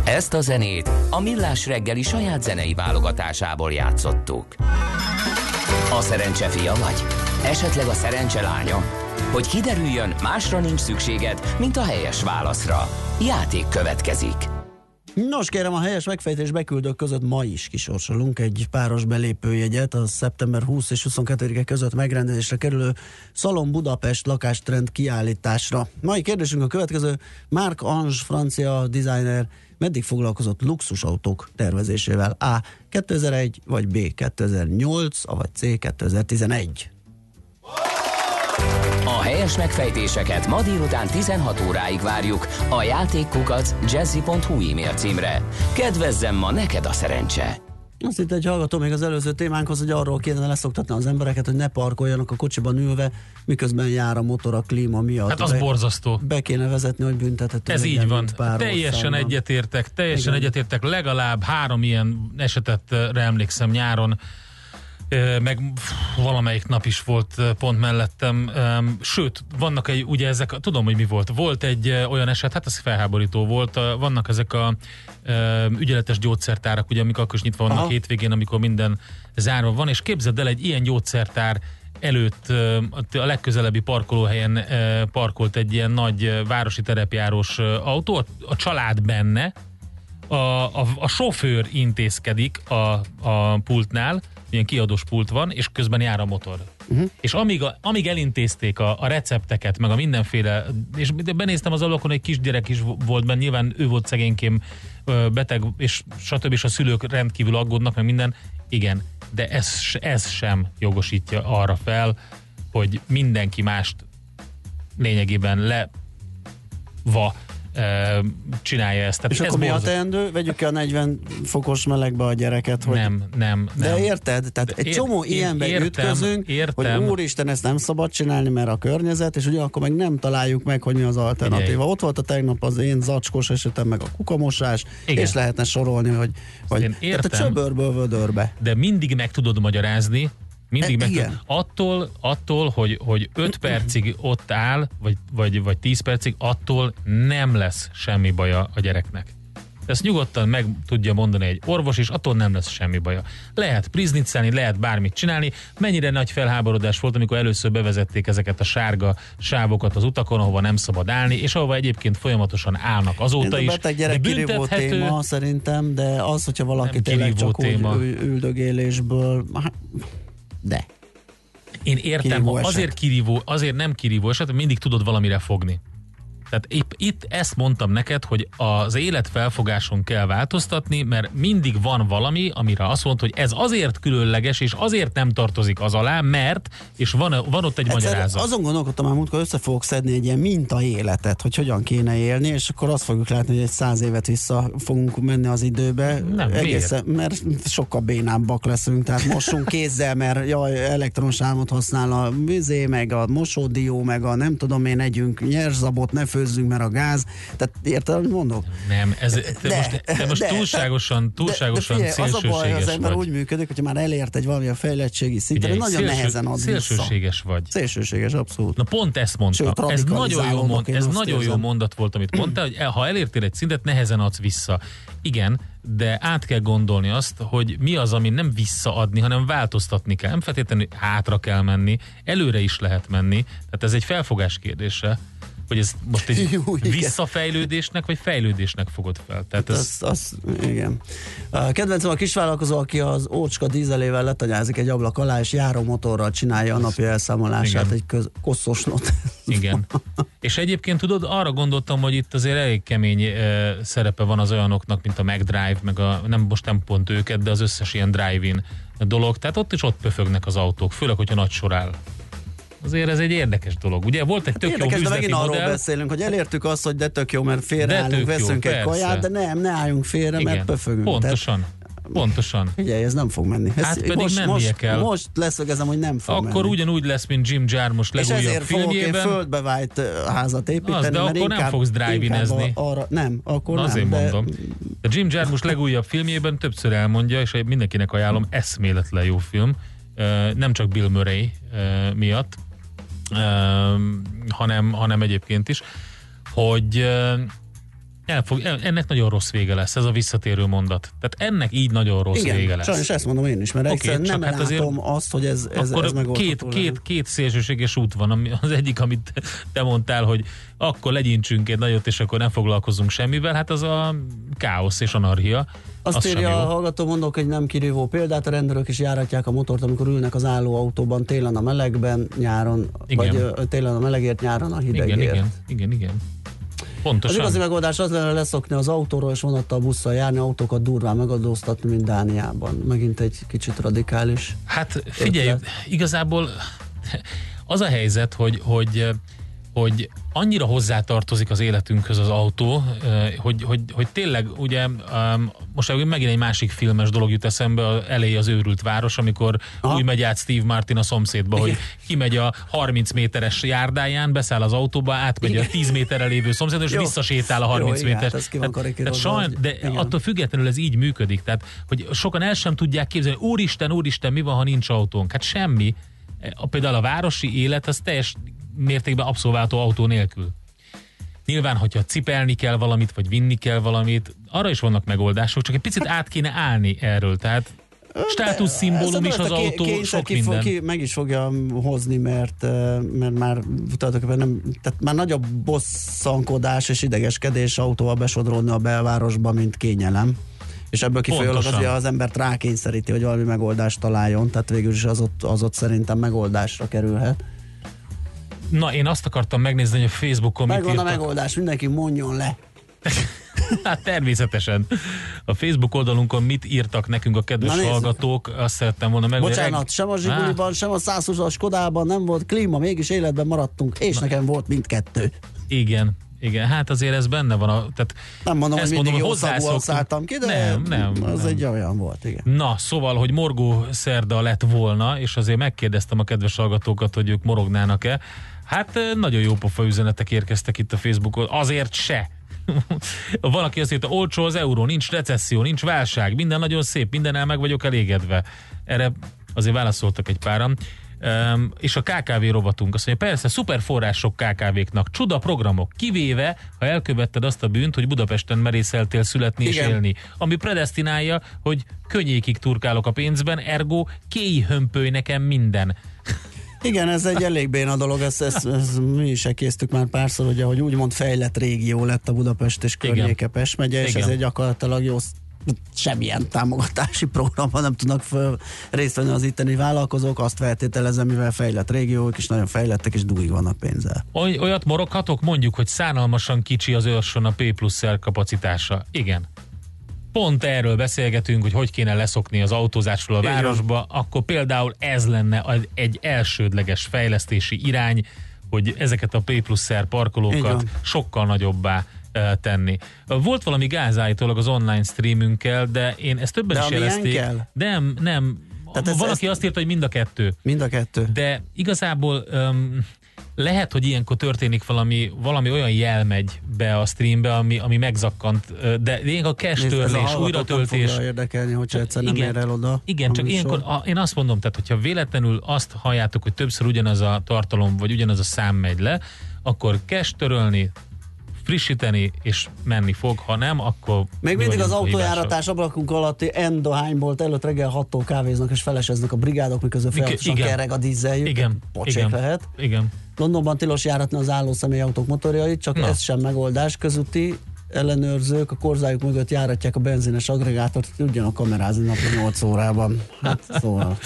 Speaker 1: Ezt a zenét a Millás reggeli saját zenei válogatásából játszottuk. A szerencse fia vagy? Esetleg a szerencse lánya? Hogy kiderüljön, másra nincs szükséged, mint a helyes válaszra. Játék következik.
Speaker 2: Nos, kérem, a helyes megfejtés beküldők között ma is kisorsolunk egy páros belépőjegyet a szeptember huszadika és huszonkettedike között megrendezésre kerülő Salon Budapest lakástrend kiállításra. Mai kérdésünk a következő: Marc Ange, francia designer, meddig foglalkozott luxusautók tervezésével? A. kétezer-egy, vagy B. kétezer-nyolc, vagy C. kétezer-tizenegy.
Speaker 1: A helyes megfejtéseket ma délután tizenhat óráig várjuk a játékkukac jazzy pont hu e-mail címre. Kedvezzem ma neked a szerencse!
Speaker 2: Azt itt egy hallgató még az előző témánkhoz, hogy arról kéne leszoktatni az embereket, hogy ne parkoljanak a kocsiban ülve, miközben jár a motor a klíma miatt.
Speaker 3: Hát az
Speaker 2: be,
Speaker 3: borzasztó.
Speaker 2: Be kéne vezetni, hogy büntethető.
Speaker 3: Ez így van. Teljesen egyetértek, teljesen Igen. egyetértek. Legalább három ilyen esetet emlékszem nyáron, meg valamelyik nap is volt pont mellettem, sőt, vannak egy, ugye ezek, tudom, hogy mi volt, volt egy olyan eset, hát ez felháborító volt, vannak ezek a ügyeletes gyógyszertárak, ugye, amik akkor is nyitva vannak Aha. hétvégén, amikor minden zárva van, és képzeld el, egy ilyen gyógyszertár előtt a legközelebbi parkolóhelyen parkolt egy ilyen nagy városi terepjárós autó, a család benne, a, a, a sofőr intézkedik a, a pultnál, ilyen kiadós pult van, és közben jár a motor. Uh-huh. És amíg, a, amíg elintézték a, a recepteket, meg a mindenféle, és benéztem az ablakon, egy kisgyerek is volt benne, nyilván ő volt szegénykém beteg, és stb. És a szülők rendkívül aggódnak, meg minden. Igen, de ez, ez sem jogosítja arra fel, hogy mindenki mást lényegében leva csinálja ezt. Tehát
Speaker 2: és
Speaker 3: ez
Speaker 2: akkor mi a
Speaker 3: borzasztó.
Speaker 2: teendő? Vegyük ki a negyven fokos melegbe a gyereket, hogy...
Speaker 3: Nem, nem,
Speaker 2: De
Speaker 3: nem.
Speaker 2: érted? Tehát egy
Speaker 3: Ér,
Speaker 2: csomó ilyenbe
Speaker 3: értem,
Speaker 2: ütközünk,
Speaker 3: értem.
Speaker 2: hogy úristen, ezt nem szabad csinálni, mert a környezet, és ugyanakkor meg nem találjuk meg, hogy mi az alternatíva. Figyelj. Ott volt a tegnap az én zacskós esetem, meg a kukamosás, Igen. és lehetne sorolni, hogy, hogy
Speaker 3: tehát
Speaker 2: a csöbörből vödörbe.
Speaker 3: De mindig meg tudod magyarázni, mindig
Speaker 2: e,
Speaker 3: meg tudod. Attól, attól hogy, hogy öt percig ott áll, vagy, vagy, vagy tíz percig, attól nem lesz semmi baja a gyereknek. Ezt nyugodtan meg tudja mondani egy orvos, és attól nem lesz semmi baja. Lehet prizniccelni, lehet bármit csinálni. Mennyire nagy felháborodás volt, amikor először bevezették ezeket a sárga sávokat az utakon, ahova nem szabad állni, és ahova egyébként folyamatosan állnak azóta is.
Speaker 2: A beteg gyerek kirívó téma szerintem, de az, hogyha valaki tényleg csak téma. Úgy üldögélésből... De.
Speaker 3: Én értem, azért kirívó, azért nem kirívó eset, mindig tudod valamire fogni. Tehát épp itt ezt mondtam neked, hogy az életfelfogáson kell változtatni, mert mindig van valami, amire azt mondod, hogy ez azért különleges, és azért nem tartozik az alá, mert, és van, van ott egy
Speaker 2: Egyszer
Speaker 3: magyarázat.
Speaker 2: Azon gondolkodtam már múltkor, össze fogok szedni egy ilyen minta életet, hogy hogyan kéne élni, és akkor azt fogjuk látni, hogy egy száz évet vissza fogunk menni az időbe.
Speaker 3: Nem,
Speaker 2: Egészen, mert sokkal bénábbak leszünk, tehát mossunk kézzel, mert jaj, elektronos álmot használ a vizé, meg a mosódió, meg a nem tudom én, együnk nyersabot, ne főzzünk, mert a gáz. Tehát érted, hogy mondok?
Speaker 3: Nem, ez te de, most, te most de, túlságosan, túlságosan de, de figyelj, szélsőséges
Speaker 2: az a baj, az ember
Speaker 3: vagy.
Speaker 2: Úgy működik, hogyha már elért egy valamilyen fejlettségi szintre, nagyon
Speaker 3: szélső,
Speaker 2: nehezen ad
Speaker 3: szélsőséges
Speaker 2: vissza.
Speaker 3: vagy.
Speaker 2: Szélsőséges, abszolút.
Speaker 3: Na pont ezt mondtam. Sőt, ez nagyon jó, mond, ez nagyon jó mondat volt, amit mondtál, hogy ha elértél egy szintet, nehezen adsz vissza. Igen, de át kell gondolni azt, hogy mi az, ami nem visszaadni, hanem változtatni kell. Nem feltétlenül hátra kell menni, előre is lehet menni. Tehát ez egy felfogás kérdése, hogy ez most egy Jú, visszafejlődésnek, vagy fejlődésnek fogod fel. Tehát ez...
Speaker 2: Az, az, igen. Kedvencem a kisvállalkozó, aki az ócska dízelével letanyázik egy ablak alá, és járó motorral csinálja a napi elszámolását, igen. Egy köz, koszosnot.
Speaker 3: Igen. És egyébként tudod, arra gondoltam, hogy itt azért elég kemény e, szerepe van az olyanoknak, mint a McDrive, meg a, nem most nem pont őket, de az összes ilyen drive-in dolog. Tehát ott is ott pöfögnek az autók, főleg, hogyha nagy sor áll. Azért ez egy érdekes dolog. Ugye volt egy tök
Speaker 2: érdekes,
Speaker 3: jó üzleti
Speaker 2: de megint
Speaker 3: modell.
Speaker 2: Arról beszélünk, hogy elértük azt, hogy de tök jó, mert félreállunk, veszünk jó, egy persze. kaját, de nem, ne álljunk félre, igen, mert pöfögünk.
Speaker 3: Pontosan. Tehát, pontosan.
Speaker 2: Figyelj, ez nem fog menni. Ez
Speaker 3: hát pedig
Speaker 2: most,
Speaker 3: mennie
Speaker 2: most,
Speaker 3: kell.
Speaker 2: Most leszögezem, hogy nem fog
Speaker 3: akkor
Speaker 2: menni.
Speaker 3: Ugyanúgy lesz, mint Jim Jarmusch legújabb filmjében. És ezért
Speaker 2: filmjében. Fogok én földbevált házat építeni.
Speaker 3: Az, de akkor
Speaker 2: inkább,
Speaker 3: nem fogsz drive-inezni.
Speaker 2: Arra, nem, akkor
Speaker 3: Na,
Speaker 2: nem.
Speaker 3: Azért
Speaker 2: de...
Speaker 3: mondom. A Jim Jarmusch legújabb filmjében többször elmondja, és mindenkinek ajánlom, eszméletlen jó film. Nem csak Bill Murray miatt, hanem, hanem egyébként is, hogy Elfog, ennek nagyon rossz vége lesz, ez a visszatérő mondat. Tehát ennek így nagyon rossz
Speaker 2: igen,
Speaker 3: vége lesz.
Speaker 2: Sajnos ezt mondom én is, mert okay, egyszerűen nem
Speaker 3: hát
Speaker 2: látom azt, hogy ez, ez,
Speaker 3: akkor
Speaker 2: ez megoldható
Speaker 3: két,
Speaker 2: lenne.
Speaker 3: két, két szélsőséges út van. Ami az egyik, amit te mondtál, hogy akkor legyintsünk egy nagyot, és akkor nem foglalkozunk semmivel, hát az a káosz és anarchia.
Speaker 2: Azt
Speaker 3: az
Speaker 2: írja a hallgató, mondok egy nem kirívó példát, a rendőrök is járatják a motort, amikor ülnek az állóautóban télen a melegben, nyáron, igen. vagy télen a melegért, nyáron a hidegért.
Speaker 3: Igen, igen, igen, igen. Pontosan.
Speaker 2: Az igazi megoldás az lenne leszokni az autóról, és vonattal busszal járni, autókat durván megadóztatni, mint Dániában. Megint egy kicsit radikális.
Speaker 3: Hát figyelj, ötlet. Igazából az a helyzet, hogy, hogy, hogy annyira hozzátartozik az életünkhöz az autó, hogy, hogy, hogy tényleg ugye most megint egy másik filmes dolog jut eszembe, az elejé az őrült város, amikor Aha. úgy megy át Steve Martin a szomszédba, hogy kimegy a harminc méteres járdáján, beszáll az autóba, átmegy igen. a tíz méterre lévő szomszédon, és visszasétál a harminc méteres. De igen. attól függetlenül ez így működik. Tehát, hogy sokan el sem tudják képzelni, úristen, úristen, mi van, ha nincs autónk? Hát semmi. Például a városi élet az teljes mértékben abszolválható autó nélkül. Nyilván, hogyha cipelni kell valamit, vagy vinni kell valamit, arra is vannak megoldások, csak egy picit át kéne állni erről, tehát státuszszimbólum is az autó, ké, sok ki, minden.
Speaker 2: Ki, meg is fogja hozni, mert, mert már nem, tehát már nagyobb bosszankodás és idegeskedés autóval besodródni a belvárosba, mint kényelem. És ebből kifolyólag az, az embert rákényszeríti, hogy valami megoldást találjon, tehát végül is az ott, az ott szerintem megoldásra kerülhet.
Speaker 3: Na, én azt akartam megnézni, hogy a Facebookon
Speaker 2: Megvan
Speaker 3: mit
Speaker 2: a megoldás, mindenki mondjon le.
Speaker 3: Hát természetesen. A Facebook oldalunkon mit írtak nekünk a kedves Na, hallgatók, azt szerettem volna meg.
Speaker 2: Bocsánat, reg... sem a Zsiguliban, sem a százhúszas Skodában nem volt klíma, mégis életben maradtunk, és Na. nekem volt mindkettő.
Speaker 3: Igen. Igen, hát azért ez benne van. A, tehát
Speaker 2: nem mondom, hogy mindig jó szagúan szálltam ki, de
Speaker 3: nem, nem,
Speaker 2: az
Speaker 3: nem.
Speaker 2: egy olyan volt, igen.
Speaker 3: Na, szóval, hogy morgó szerda lett volna, és azért megkérdeztem a kedves hallgatókat, hogy ők morognának-e. Hát nagyon jó pofa üzenetek érkeztek itt a Facebookon, azért se. Valaki azt írta, olcsó az euró, nincs recesszió, nincs válság, minden nagyon szép, mindennel meg vagyok elégedve. Erre azért válaszoltak egy páran. Um, és a ká ká vé rovatunk azt mondja, persze, szuper források ká ká véknak, csuda programok, kivéve, ha elkövetted azt a bűnt, hogy Budapesten merészeltél születni Igen. és élni, ami predesztinálja, hogy könnyékig turkálok a pénzben, ergo kéj hömpölj nekem minden.
Speaker 2: Igen, ez egy elég béna dolog, ezt, ezt, ezt mi is elkésztük már párszor, ugye, hogy úgymond fejlett régió lett a Budapest és környéke Pest megye, és ez egy gyakorlatilag jó semmilyen támogatási programban nem tudnak föl részt venni az itteni vállalkozók, azt feltételezem, mivel fejlett régiók is nagyon fejlettek, és dugig vannak pénzzel.
Speaker 3: Oly, olyat moroghatok, mondjuk, hogy szánalmasan kicsi az őrson a P plusz R kapacitása. Igen. Pont erről beszélgetünk, hogy hogy kéne leszokni az autózásról a Igen. városba, akkor például ez lenne egy elsődleges fejlesztési irány, hogy ezeket a P plusz R parkolókat sokkal nagyobbá tenni. Volt valami gáz állítólag az online streamünkkel, de én ezt többen
Speaker 2: de
Speaker 3: is jelezték. Nem, nem. Ez, Valaki ez azt írta, hogy mind a kettő.
Speaker 2: Mind a kettő.
Speaker 3: De igazából um, lehet, hogy ilyenkor történik valami, valami olyan jel megy be a streambe, ami, ami megzakkant, de ilyenkor cache törlés, újratöltés.
Speaker 2: Nem fogja érdekelni, hogyha egyszer nem ér el oda.
Speaker 3: Igen, csak ilyenkor a, én azt mondom, tehát hogyha véletlenül azt halljátok, hogy többször ugyanaz a tartalom, vagy ugyanaz a szám megy le, akkor cache törölni, frissíteni, és menni fog, ha nem, akkor...
Speaker 2: Még mindig az autójáratás ablakunk alatti N dohánybolt előtt reggel hattól kávéznak és feleseznek a brigádok, miközben folyamatosan kereg a dízeljük.
Speaker 3: Igen,
Speaker 2: pocsék lehet.
Speaker 3: Igen.
Speaker 2: Londonban tilos járatni az álló személyautók motorjait, csak Na. ez sem megoldás. Közúti ellenőrzők a korzájuk mögött járatják a benzines agregátort, tudjanak kamerázni napi nyolc órában. Hát szóval...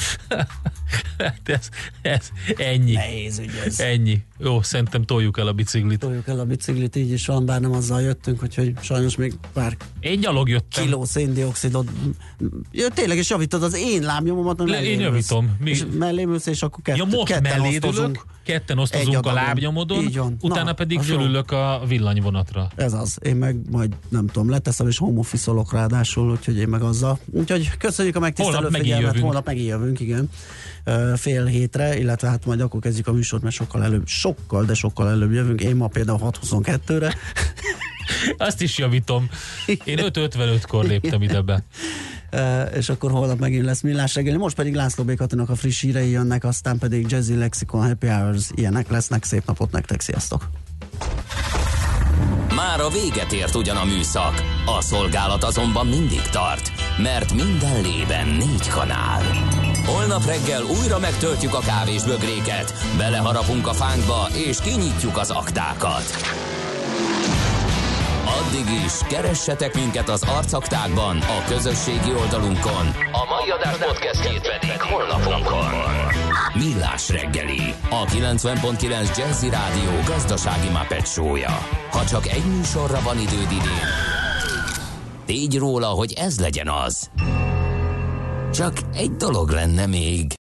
Speaker 3: hát ez, ez ennyi.
Speaker 2: Nehéz ügy ez.
Speaker 3: Ennyi. Jó, szerintem toljuk el a biciklit.
Speaker 2: Toljuk el a biciklit, így is van, bár nem azzal jöttünk, úgyhogy sajnos még pár
Speaker 3: én gyalog jöttem.
Speaker 2: kiló széndioxidot. Ja, tényleg, és javítod az én lábnyomomat, mert
Speaker 3: mellém Én javítom. Mi?
Speaker 2: És mellém ülsz, és akkor kett,
Speaker 3: ja, most
Speaker 2: ketten osztozunk.
Speaker 3: Ketten osztozunk a lábnyomodon, utána Na, pedig fölülök a villanyvonatra.
Speaker 2: Ez az. Én meg majd nem tudom, leteszem, és home office-olok ráadásul, úgyhogy én meg azzal. Úgyhogy köszönjük a megtisztelő figyelmet. Holnap megint jövünk, igen. Fél hétre, illetve hát majd akkor kezdjük a műsort, mert sokkal előbb, sokkal, de sokkal előbb jövünk. Én ma például hat huszonkettőre.
Speaker 3: Azt is javítom. Én öt ötvenötkor léptem ide be.
Speaker 2: Uh, és akkor holnap megint lesz Millás reggeli. Most pedig László B. Katinak a friss hírei jönnek, aztán pedig Jazzy Lexicon, Happy Hours, ilyenek lesznek. Szép napot nektek, sziasztok!
Speaker 1: Már a véget ért ugyan a műszak, a szolgálat azonban mindig tart, mert minden lében négy kanál. Holnap reggel újra megtöltjük a kávésbögréket, beleharapunk a fánkba és kinyitjuk az aktákat. Addig is keressetek minket az arcaktákban, a közösségi oldalunkon, a mai adás podcastjét pedig holnapunkon. Millás reggeli, a kilencven pont kilenc Jazzy Rádió gazdasági Muppet show-ja. Ha csak egy műsorra van időd idén, tégy róla, hogy ez legyen az. Csak egy dolog lenne még.